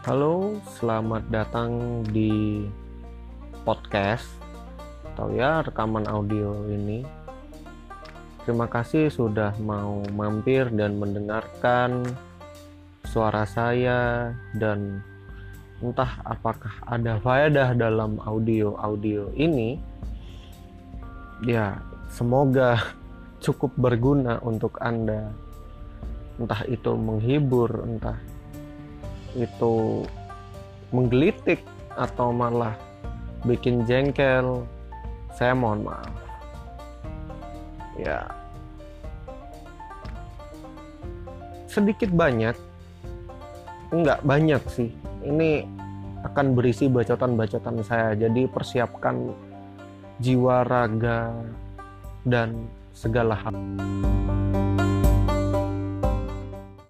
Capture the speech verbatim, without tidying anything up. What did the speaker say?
Halo, selamat datang di podcast atau ya rekaman audio ini. Terima kasih sudah mau mampir dan mendengarkan suara saya, dan entah apakah ada faedah dalam audio-audio ini. Ya, semoga cukup berguna untuk Anda. Entah itu menghibur, entah itu menggelitik, atau malah bikin jengkel, saya mohon maaf. Ya, sedikit banyak, enggak banyak sih. Ini akan berisi bacotan-bacotan saya, jadi persiapkan jiwa, raga, dan segala hal.